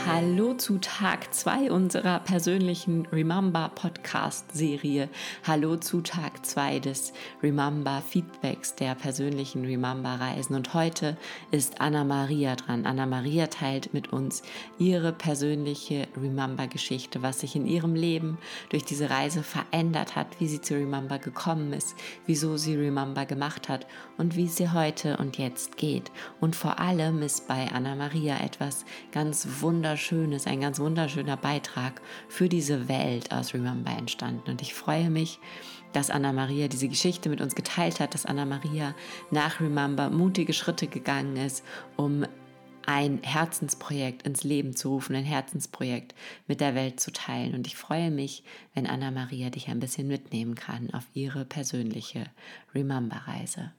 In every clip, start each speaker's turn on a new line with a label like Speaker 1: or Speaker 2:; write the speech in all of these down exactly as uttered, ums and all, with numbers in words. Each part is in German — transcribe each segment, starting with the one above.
Speaker 1: Hallo zu Tag zwei unserer persönlichen Remember Podcast Serie. Hallo zu Tag zwei des Remember Feedbacks der persönlichen Remember Reisen. Und heute ist Anna-Maria dran. Anna-Maria teilt mit uns ihre persönliche Remember Geschichte, was sich in ihrem Leben durch diese Reise verändert hat, wie sie zu Remember gekommen ist, wieso sie Remember gemacht hat und wie es ihr heute und jetzt geht. Und vor allem ist bei Anna-Maria etwas ganz wunderschönes Wunderschönes, ein ganz wunderschöner Beitrag für diese Welt aus Remember entstanden. Und ich freue mich, dass Anna-Maria diese Geschichte mit uns geteilt hat, dass Anna-Maria nach Remember mutige Schritte gegangen ist, um ein Herzensprojekt ins Leben zu rufen, ein Herzensprojekt mit der Welt zu teilen. Und ich freue mich, wenn Anna-Maria dich ein bisschen mitnehmen kann auf ihre persönliche Remember-Reise.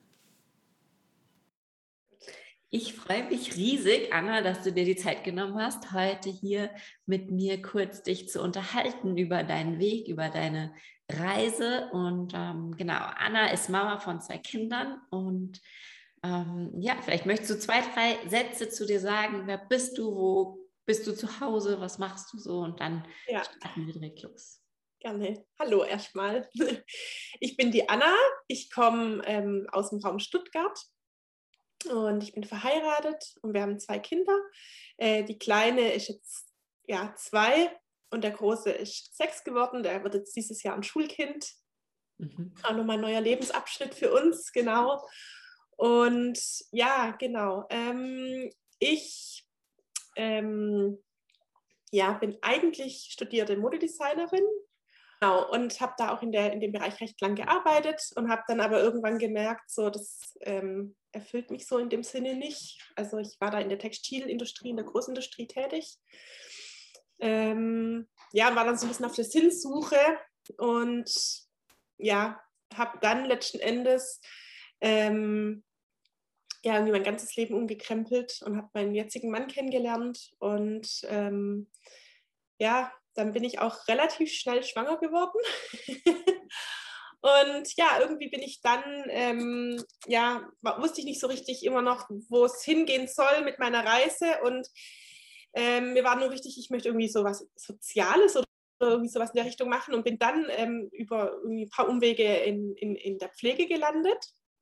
Speaker 1: Ich freue mich riesig, Anna, dass du dir die Zeit genommen hast, heute hier mit mir kurz dich zu unterhalten über deinen Weg, über deine Reise. Und ähm, genau, Anna ist Mama von zwei Kindern und ähm, ja, vielleicht möchtest du zwei, drei Sätze zu dir sagen. Wer bist du? Wo bist du zu Hause? Was machst du so? Und dann
Speaker 2: ja.
Speaker 1: starten wir direkt los.
Speaker 2: Gerne. Hallo erstmal. Ich bin die Anna. Ich komme ähm, aus dem Raum Stuttgart. Und ich bin verheiratet und wir haben zwei Kinder. Äh, die Kleine ist jetzt ja, zwei und der Große ist sechs geworden. Der wird jetzt dieses Jahr ein Schulkind. Mhm. Auch nochmal ein neuer Lebensabschnitt für uns, genau. Und ja, genau. Ähm, ich ähm, ja, bin eigentlich studierte Modedesignerin. Genau, und habe da auch in, der, in dem Bereich recht lang gearbeitet und habe dann aber irgendwann gemerkt, so, das ähm, erfüllt mich so in dem Sinne nicht. Also ich war da in der Textilindustrie, in der Großindustrie tätig. Ähm, ja, war dann so ein bisschen auf der Sinnsuche und ja, habe dann letzten Endes ähm, ja, irgendwie mein ganzes Leben umgekrempelt und habe meinen jetzigen Mann kennengelernt und ähm, ja, dann bin ich auch relativ schnell schwanger geworden. Und ja, irgendwie bin ich dann, ähm, ja, wusste ich nicht so richtig immer noch, wo es hingehen soll mit meiner Reise. Und ähm, mir war nur wichtig, ich möchte irgendwie so was Soziales oder irgendwie sowas in der Richtung machen und bin dann ähm, über irgendwie ein paar Umwege in, in, in der Pflege gelandet.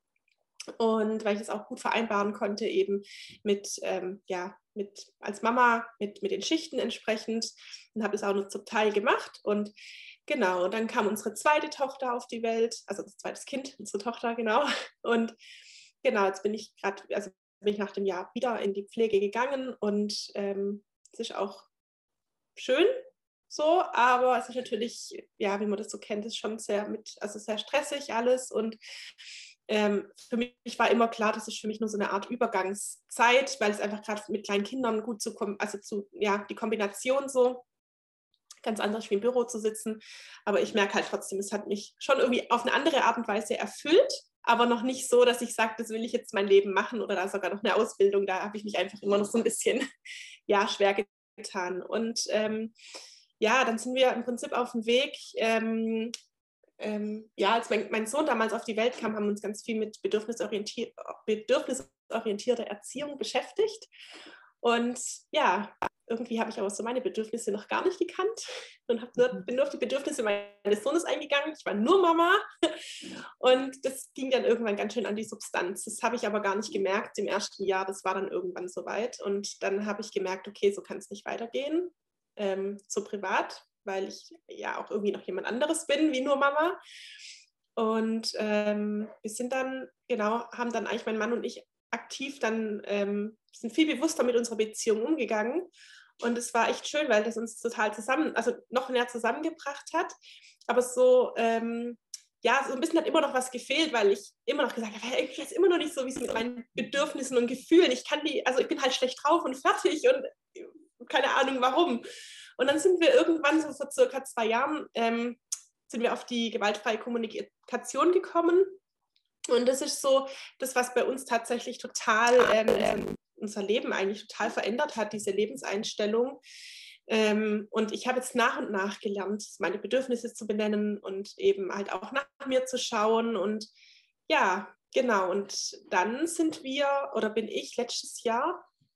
Speaker 2: Und weil ich es auch gut vereinbaren konnte, eben mit, ähm, ja, mit als Mama, mit, mit den Schichten entsprechend und habe es auch noch zum Teil gemacht. Und genau, dann kam unsere zweite Tochter auf die Welt, also das zweite Kind, unsere Tochter, genau. Und genau, jetzt bin ich gerade, also bin ich nach dem Jahr wieder in die Pflege gegangen und ähm, es ist auch schön so, aber es ist natürlich, ja, wie man das so kennt, ist schon sehr mit, also sehr stressig alles und Ähm, für mich war immer klar, das ist für mich nur so eine Art Übergangszeit, weil es einfach gerade mit kleinen Kindern gut zu kommen, also zu, ja, die Kombination so, ganz anders wie im Büro zu sitzen. Aber ich merke halt trotzdem, es hat mich schon irgendwie auf eine andere Art und Weise erfüllt, aber noch nicht so, dass ich sage, das will ich jetzt mein Leben machen oder da sogar noch eine Ausbildung. Da habe ich mich einfach immer noch so ein bisschen, ja, schwer getan. Und ähm, ja, dann sind wir im Prinzip auf dem Weg, ähm, Ähm, ja, als mein, mein Sohn damals auf die Welt kam, haben wir uns ganz viel mit bedürfnisorientier bedürfnisorientierter Erziehung beschäftigt. Und ja, irgendwie habe ich aber so meine Bedürfnisse noch gar nicht gekannt und hab nur, bin nur auf die Bedürfnisse meines Sohnes eingegangen. Ich war nur Mama und das ging dann irgendwann ganz schön an die Substanz. Das habe ich aber gar nicht gemerkt im ersten Jahr. Das war dann irgendwann soweit. Und dann habe ich gemerkt, okay, so kann es nicht weitergehen, ähm, so privat, weil ich ja auch irgendwie noch jemand anderes bin, wie nur Mama. Und ähm, wir sind dann, genau, haben dann eigentlich mein Mann und ich aktiv dann, ähm, sind viel bewusster mit unserer Beziehung umgegangen. Und es war echt schön, weil das uns total zusammen, also noch näher zusammengebracht hat. Aber so, ähm, ja, so ein bisschen hat immer noch was gefehlt, weil ich immer noch gesagt habe, ich weiß immer noch nicht so, wie es mit meinen Bedürfnissen und Gefühlen, ich kann die, also ich bin halt schlecht drauf und fertig und keine Ahnung warum. Und dann sind wir irgendwann so vor circa zwei Jahren, ähm, sind wir auf die gewaltfreie Kommunikation gekommen. Und das ist so das, was bei uns tatsächlich total ähm, unser Leben eigentlich total verändert hat, diese Lebenseinstellung. Ähm, und ich habe jetzt nach und nach gelernt, meine Bedürfnisse zu benennen und eben halt auch nach mir zu schauen. Und ja, genau. Und dann sind wir, oder bin ich letztes Jahr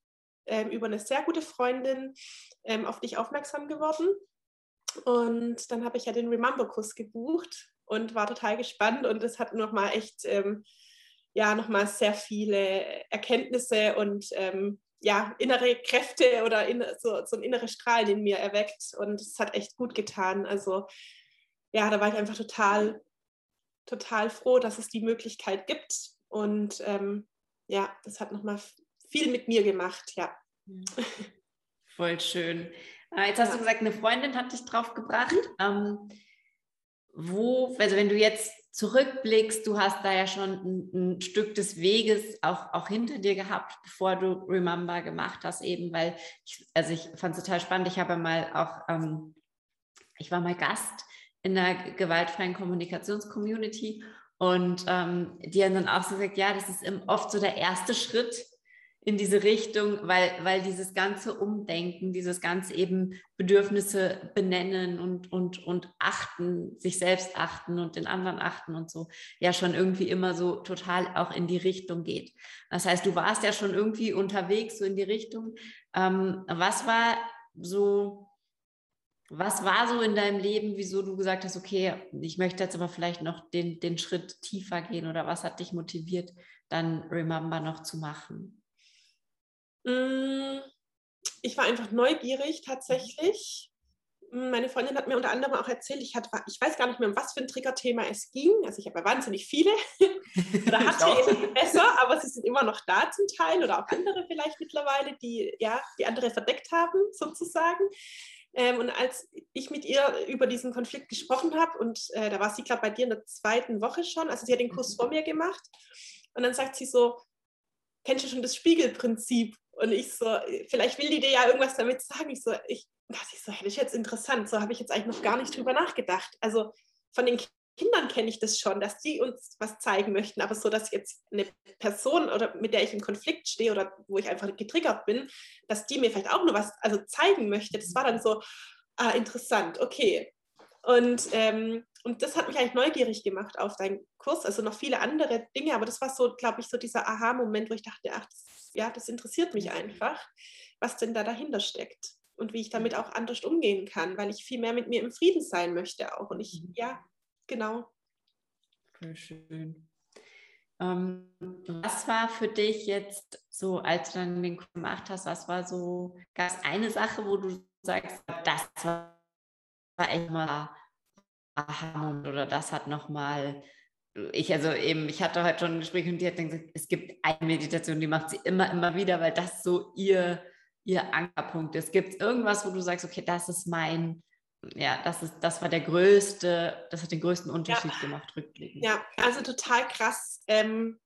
Speaker 2: ähm, über eine sehr gute Freundin ähm, auf dich aufmerksam geworden. Und dann habe ich ja den Remember-Kurs gebucht und war total gespannt. Und das hat nochmal echt, ähm, ja, nochmal sehr viele Erkenntnisse und ähm, ja, innere Kräfte oder in, so, so ein inneres Strahlen in mir erweckt. Und es hat echt gut getan. Also ja, da war ich einfach total, total froh, dass es die Möglichkeit gibt. Und ähm, ja, das hat nochmal viel mit mir gemacht, ja.
Speaker 1: Voll schön. Jetzt hast ja. du gesagt, eine Freundin hat dich drauf gebracht. Ähm, wo, also wenn du jetzt zurückblickst, du hast da ja schon ein, ein Stück des Weges auch, auch hinter dir gehabt, bevor du Remember gemacht hast, eben, weil ich, also ich fand es total spannend. Ich habe mal auch, ähm, ich war mal Gast in der gewaltfreien Kommunikations-Community und ähm, die haben dann auch so gesagt, ja, das ist oft so der erste Schritt in diese Richtung, weil, weil dieses ganze Umdenken, dieses ganze eben Bedürfnisse benennen und, und, und achten, sich selbst achten und den anderen achten und so, ja schon irgendwie immer so total auch in die Richtung geht. Das heißt, du warst ja schon irgendwie unterwegs so in die Richtung. Ähm, was war so, was war so in deinem Leben, wieso du gesagt hast, okay, ich möchte jetzt aber vielleicht noch den, den Schritt tiefer gehen, oder was hat dich motiviert, dann Remember noch zu machen?
Speaker 2: Ich war einfach neugierig tatsächlich. Meine Freundin hat mir unter anderem auch erzählt, ich, hatte, ich weiß gar nicht mehr, um was für ein Triggerthema es ging. Also ich habe ja wahnsinnig viele oder hatte eben besser, aber sie sind immer noch da zum Teil oder auch andere vielleicht mittlerweile, die, ja, die andere verdeckt haben sozusagen. Ähm, und als ich mit ihr über diesen Konflikt gesprochen habe, und äh, da war sie, glaube ich, bei dir in der zweiten Woche schon, also sie hat den Kurs vor mir gemacht, und dann sagt sie so, kennst du schon das Spiegelprinzip? Und ich so, vielleicht will die dir ja irgendwas damit sagen. Ich so, ich dachte ich so, hey, das ist jetzt interessant, so habe ich jetzt eigentlich noch gar nicht drüber nachgedacht. Also von den Kindern kenne ich das schon, dass die uns was zeigen möchten, aber so, dass jetzt eine Person, oder mit der ich im Konflikt stehe oder wo ich einfach getriggert bin, dass die mir vielleicht auch nur was also zeigen möchte, das war dann so, ah, interessant, okay. Und, ähm, und das hat mich eigentlich neugierig gemacht auf deinen Kurs, also noch viele andere Dinge, aber das war so, glaube ich, so dieser Aha-Moment, wo ich dachte, ach, das, ja, das interessiert mich einfach, was denn da dahinter steckt und wie ich damit auch anders umgehen kann, weil ich viel mehr mit mir im Frieden sein möchte auch. Und ich, ja, genau.
Speaker 1: Voll schön. Ähm, was war für dich jetzt so, als du dann den Kurs gemacht hast, was war so, gab es eine Sache, wo du sagst, das war echt mal Aha-Moment oder das hat nochmal, ich also eben, ich hatte heute schon ein Gespräch und die hat dann gesagt, es gibt eine Meditation, die macht sie immer, immer wieder, weil das so ihr, ihr Ankerpunkt ist. Gibt es irgendwas, wo du sagst, okay, das ist mein, ja, das ist, das war der größte, das hat den größten Unterschied ja. gemacht, rückblickend?
Speaker 2: Ja, also total krass. Ähm,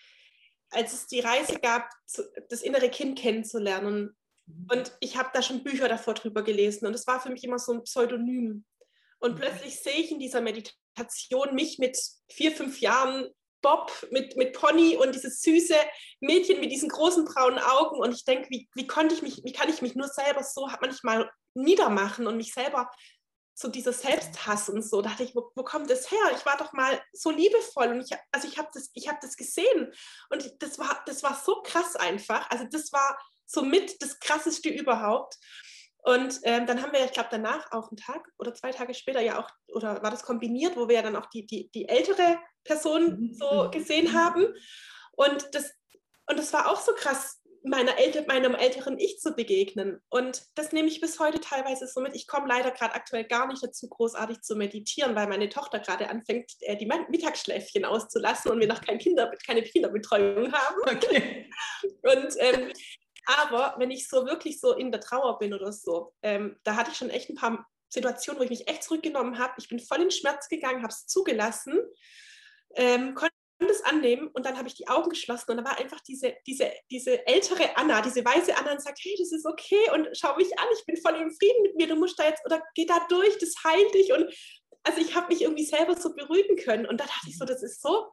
Speaker 2: als es die Reise gab, zu, das innere Kind kennenzulernen, mhm. und ich habe da schon Bücher davor drüber gelesen und es war für mich immer so ein Pseudonym. Und mhm. plötzlich sehe ich in dieser Meditation mich mit vier, fünf Jahren, Bob mit, mit Pony und dieses süße Mädchen mit diesen großen braunen Augen, und ich denke, wie, wie konnte ich mich, wie kann ich mich nur selber so manchmal niedermachen und mich selber so dieser Selbsthass und so, da dachte ich, wo, wo kommt das her? Ich war doch mal so liebevoll und ich, also ich habe das, ich habe das gesehen und das war, das war so krass einfach, also das war somit das Krasseste überhaupt. Und ähm, dann haben wir, ich glaube, danach auch einen Tag oder zwei Tage später ja auch, oder war das kombiniert, wo wir ja dann auch die, die, die ältere Person so gesehen haben. Und das, und das war auch so krass, meiner Älte, meinem älteren Ich zu begegnen. Und das nehme ich bis heute teilweise so mit. Ich komme leider gerade aktuell gar nicht dazu, großartig zu meditieren, weil meine Tochter gerade anfängt, äh, die Mittagsschläfchen auszulassen und wir noch kein Kinder, keine Kinderbetreuung haben. Okay. Und ähm, aber wenn ich so wirklich so in der Trauer bin oder so, ähm, da hatte ich schon echt ein paar Situationen, wo ich mich echt zurückgenommen habe. Ich bin voll in Schmerz gegangen, habe es zugelassen, ähm, konnte es annehmen, und dann habe ich die Augen geschlossen und da war einfach diese, diese, diese ältere Anna, diese weise Anna, und sagt, hey, das ist okay und schau mich an, ich bin voll im Frieden mit mir, du musst da jetzt, oder geh da durch, das heilt dich. Und also ich habe mich irgendwie selber so beruhigen können, und da dachte ich so, das ist so,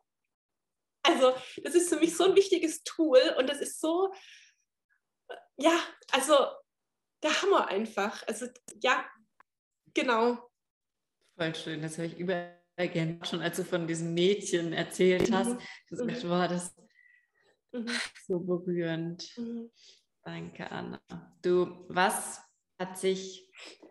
Speaker 2: also das ist für mich so ein wichtiges Tool, und das ist so, ja, also der Hammer einfach, also ja, genau.
Speaker 1: Voll schön, das habe ich überall gerne schon, als du von diesem Mädchen erzählt hast.
Speaker 2: Mhm.
Speaker 1: Das mhm. war das mhm. so berührend.
Speaker 2: Mhm.
Speaker 1: Danke, Anna. Du, was hat sich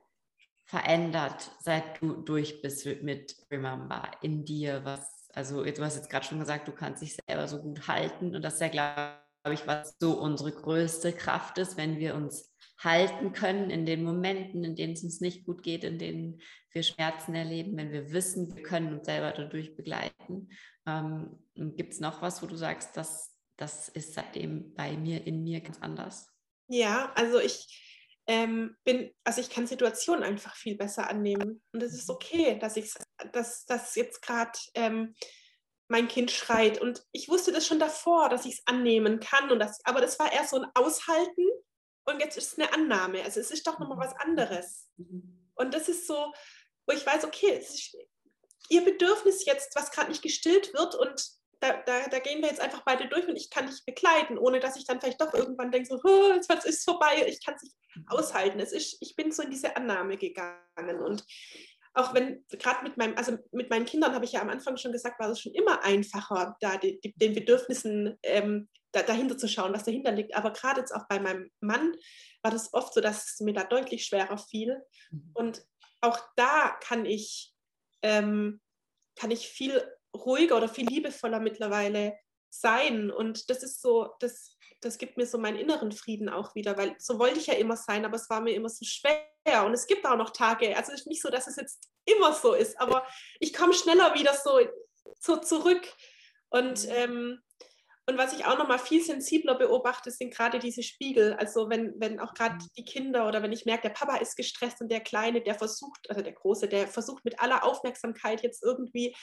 Speaker 1: verändert, seit du durch bist mit Remember in dir? Was, also du hast jetzt gerade schon gesagt, du kannst dich selber so gut halten und das ist ja, glaube ich, was so unsere größte Kraft ist, wenn wir uns halten können in den Momenten, in denen es uns nicht gut geht, in denen wir Schmerzen erleben, wenn wir wissen, wir können uns selber dadurch begleiten. Ähm, gibt es noch was, wo du sagst, dass das ist seitdem bei mir, in mir ganz anders?
Speaker 2: Ja, also ich ähm, bin, also ich kann Situationen einfach viel besser annehmen. Und es ist okay, dass ich, dass, dass jetzt gerade ähm, mein Kind schreit. Und ich wusste das schon davor, dass ich es annehmen kann. Und das, aber das war erst so ein Aushalten und jetzt ist es eine Annahme. Also es ist doch nochmal was anderes. Und das ist so, wo ich weiß, okay, es ist ihr Bedürfnis jetzt, was gerade nicht gestillt wird und Da, da, da gehen wir jetzt einfach beide durch und ich kann dich begleiten, ohne dass ich dann vielleicht doch irgendwann denke, so, oh, jetzt ist es vorbei, ich kann es nicht aushalten. Es ist, ich bin so in diese Annahme gegangen und auch wenn, gerade mit meinem, also mit meinen Kindern habe ich ja am Anfang schon gesagt, war es schon immer einfacher, da die, die, den Bedürfnissen ähm, da, dahinter zu schauen, was dahinter liegt. Aber gerade jetzt auch bei meinem Mann war das oft so, dass es mir da deutlich schwerer fiel. Und auch da kann ich, ähm, kann ich viel ruhiger oder viel liebevoller mittlerweile sein. Und das ist so, das, das gibt mir so meinen inneren Frieden auch wieder, weil so wollte ich ja immer sein, aber es war mir immer so schwer. Und es gibt auch noch Tage, also es ist nicht so, dass es jetzt immer so ist, aber ich komme schneller wieder so, so zurück. Und, ähm, und was ich auch noch mal viel sensibler beobachte, sind gerade diese Spiegel. Also wenn, wenn auch gerade die Kinder oder wenn ich merke, der Papa ist gestresst und der Kleine, der versucht, also der Große, der versucht mit aller Aufmerksamkeit jetzt irgendwie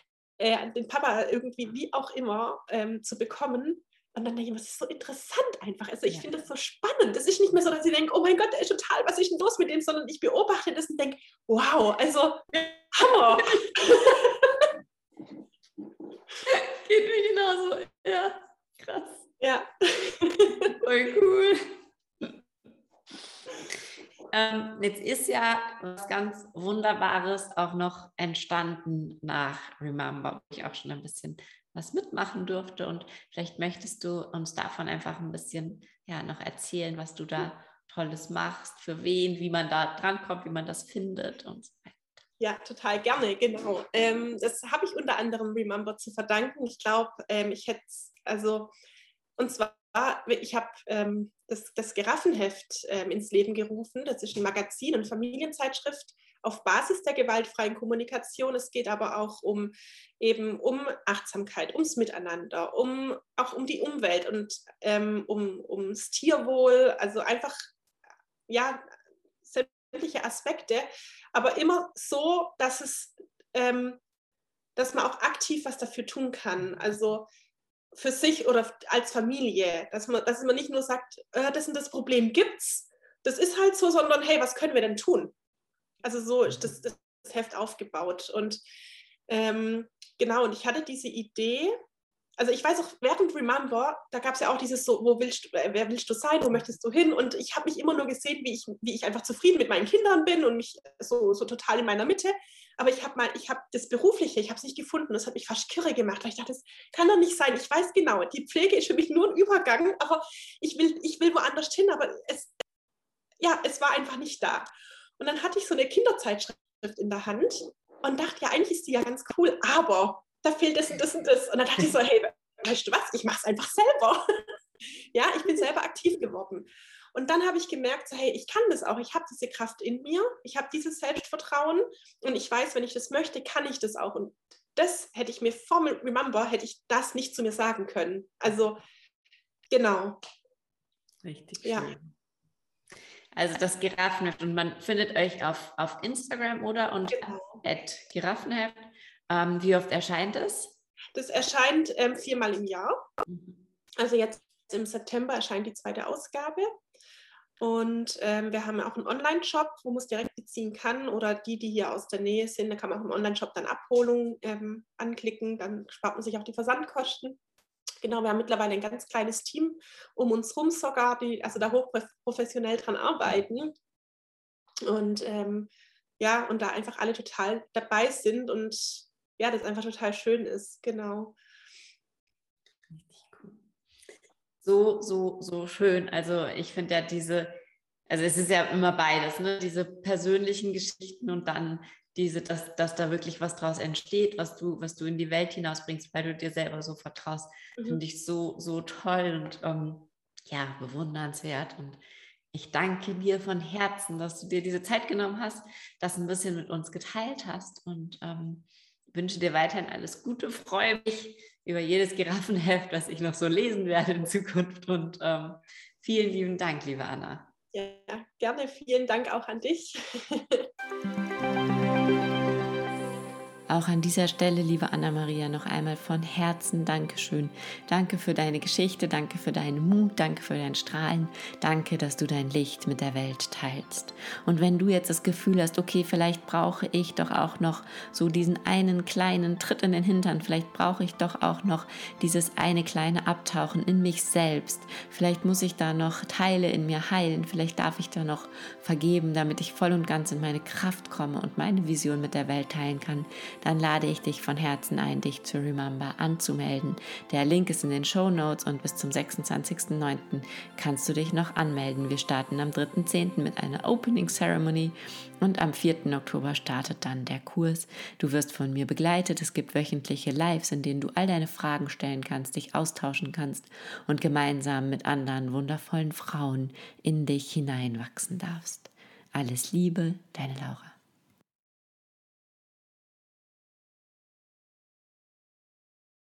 Speaker 2: äh, den Papa irgendwie wie auch immer ähm, zu bekommen. Und dann denke ich mir, das ist so interessant einfach. Also ich ja. finde das so spannend. Das ist nicht mehr so, dass ich denke, oh mein Gott, der ist total, was ist denn los mit dem, sondern ich beobachte das und denke, wow, also Hammer.
Speaker 1: Geht mir genauso. Ja, krass.
Speaker 2: Ja.
Speaker 1: Voll cool. Ähm, jetzt ist ja was ganz Wunderbares auch noch entstanden nach Remember, wo ich auch schon ein bisschen was mitmachen durfte. Und vielleicht möchtest du uns davon einfach ein bisschen ja, noch erzählen, was du da Tolles machst, für wen, wie man da drankommt, wie man das findet und so weiter.
Speaker 2: Ja, total gerne, genau. Ähm, das habe ich unter anderem Remember zu verdanken. Ich glaube, ähm, ich hätte es, also, und zwar, ich habe ähm, das, das Giraffenheft ähm, ins Leben gerufen. Das ist ein Magazin und Familienzeitschrift auf Basis der gewaltfreien Kommunikation. Es geht aber auch um eben um Achtsamkeit, ums Miteinander, um auch um die Umwelt und ähm, um, ums Tierwohl. Also einfach, ja, sämtliche Aspekte, aber immer so, dass es, ähm, dass man auch aktiv was dafür tun kann. Also für sich oder als Familie, dass man, dass man nicht nur sagt, äh, das und das Problem gibt's, das ist halt so, sondern hey, was können wir denn tun? Also so ist das, das Heft aufgebaut und ähm, genau, und ich hatte diese Idee, also ich weiß auch, während Remember, da gab es ja auch dieses so, wo willst du, äh, wer willst du sein, wo möchtest du hin? Und ich habe mich immer nur gesehen, wie ich, wie ich einfach zufrieden mit meinen Kindern bin und mich so, so total in meiner Mitte. Aber ich habe mal, ich habe das Berufliche, ich habe es nicht gefunden. Das hat mich fast kirre gemacht, weil ich dachte, das kann doch nicht sein. Ich weiß genau, die Pflege ist für mich nur ein Übergang, aber ich will, ich will woanders hin, aber es, ja, es war einfach nicht da. Und dann hatte ich so eine Kinderzeitschrift in der Hand und dachte, ja, eigentlich ist die ja ganz cool, aber da fehlt das und das und das. Und dann dachte ich so, hey, weißt du was, ich mache es einfach selber. Ja, ich bin selber aktiv geworden. Und dann habe ich gemerkt, so, hey, ich kann das auch, ich habe diese Kraft in mir, ich habe dieses Selbstvertrauen und ich weiß, wenn ich das möchte, kann ich das auch. Und das hätte ich mir vor Remember, hätte ich das nicht zu mir sagen können. Also, genau.
Speaker 1: Richtig
Speaker 2: ja.
Speaker 1: schön. Also das Giraffenheft und man findet euch auf, auf Instagram oder und
Speaker 2: Genau.
Speaker 1: at Giraffenheft. Ähm, wie oft erscheint es?
Speaker 2: Das erscheint ähm, viermal im Jahr.
Speaker 1: Mhm.
Speaker 2: Also jetzt im September erscheint die zweite Ausgabe. Und ähm, wir haben auch einen Online-Shop, wo man es direkt beziehen kann. Oder die, die hier aus der Nähe sind, da kann man auch im Online-Shop dann Abholung ähm, anklicken. Dann spart man sich auch die Versandkosten. Genau, wir haben mittlerweile ein ganz kleines Team um uns rum sogar, die also da hochprofessionell dran arbeiten. Und ähm, ja, und da einfach alle total dabei sind und ja, das einfach total schön ist, genau.
Speaker 1: Richtig cool. so, so, so schön. Also ich finde ja diese, also es ist ja immer beides, ne? Diese persönlichen Geschichten und dann diese, dass, dass da wirklich was draus entsteht, was du, was du in die Welt hinausbringst, weil du dir selber so vertraust,
Speaker 2: Mhm.
Speaker 1: finde ich so, so toll und ähm, ja, bewundernswert. Und ich danke dir von Herzen, dass du dir diese Zeit genommen hast, das ein bisschen mit uns geteilt hast und ähm, wünsche dir weiterhin alles Gute, freue mich über jedes Giraffenheft, was ich noch so lesen werde in Zukunft und ähm, vielen lieben Dank, liebe Anna.
Speaker 2: Ja, gerne. Vielen Dank auch an dich.
Speaker 1: Auch an dieser Stelle, liebe Anna-Maria, noch einmal von Herzen Dankeschön. Danke für deine Geschichte, danke für deinen Mut, danke für dein Strahlen, danke, dass du dein Licht mit der Welt teilst. Und wenn du jetzt das Gefühl hast, okay, vielleicht brauche ich doch auch noch so diesen einen kleinen Tritt in den Hintern, vielleicht brauche ich doch auch noch dieses eine kleine Abtauchen in mich selbst, vielleicht muss ich da noch Teile in mir heilen, vielleicht darf ich da noch vergeben, damit ich voll und ganz in meine Kraft komme und meine Vision mit der Welt teilen kann, dann lade ich dich von Herzen ein, dich zu Remember anzumelden. Der Link ist in den Shownotes und bis zum sechsundzwanzigsten neunten kannst du dich noch anmelden. Wir starten am dritten zehnten mit einer Opening Ceremony und am vierten Oktober startet dann der Kurs. Du wirst von mir begleitet. Es gibt wöchentliche Lives, in denen du all deine Fragen stellen kannst, dich austauschen kannst und gemeinsam mit anderen wundervollen Frauen in dich hineinwachsen darfst. Alles Liebe, deine Laura.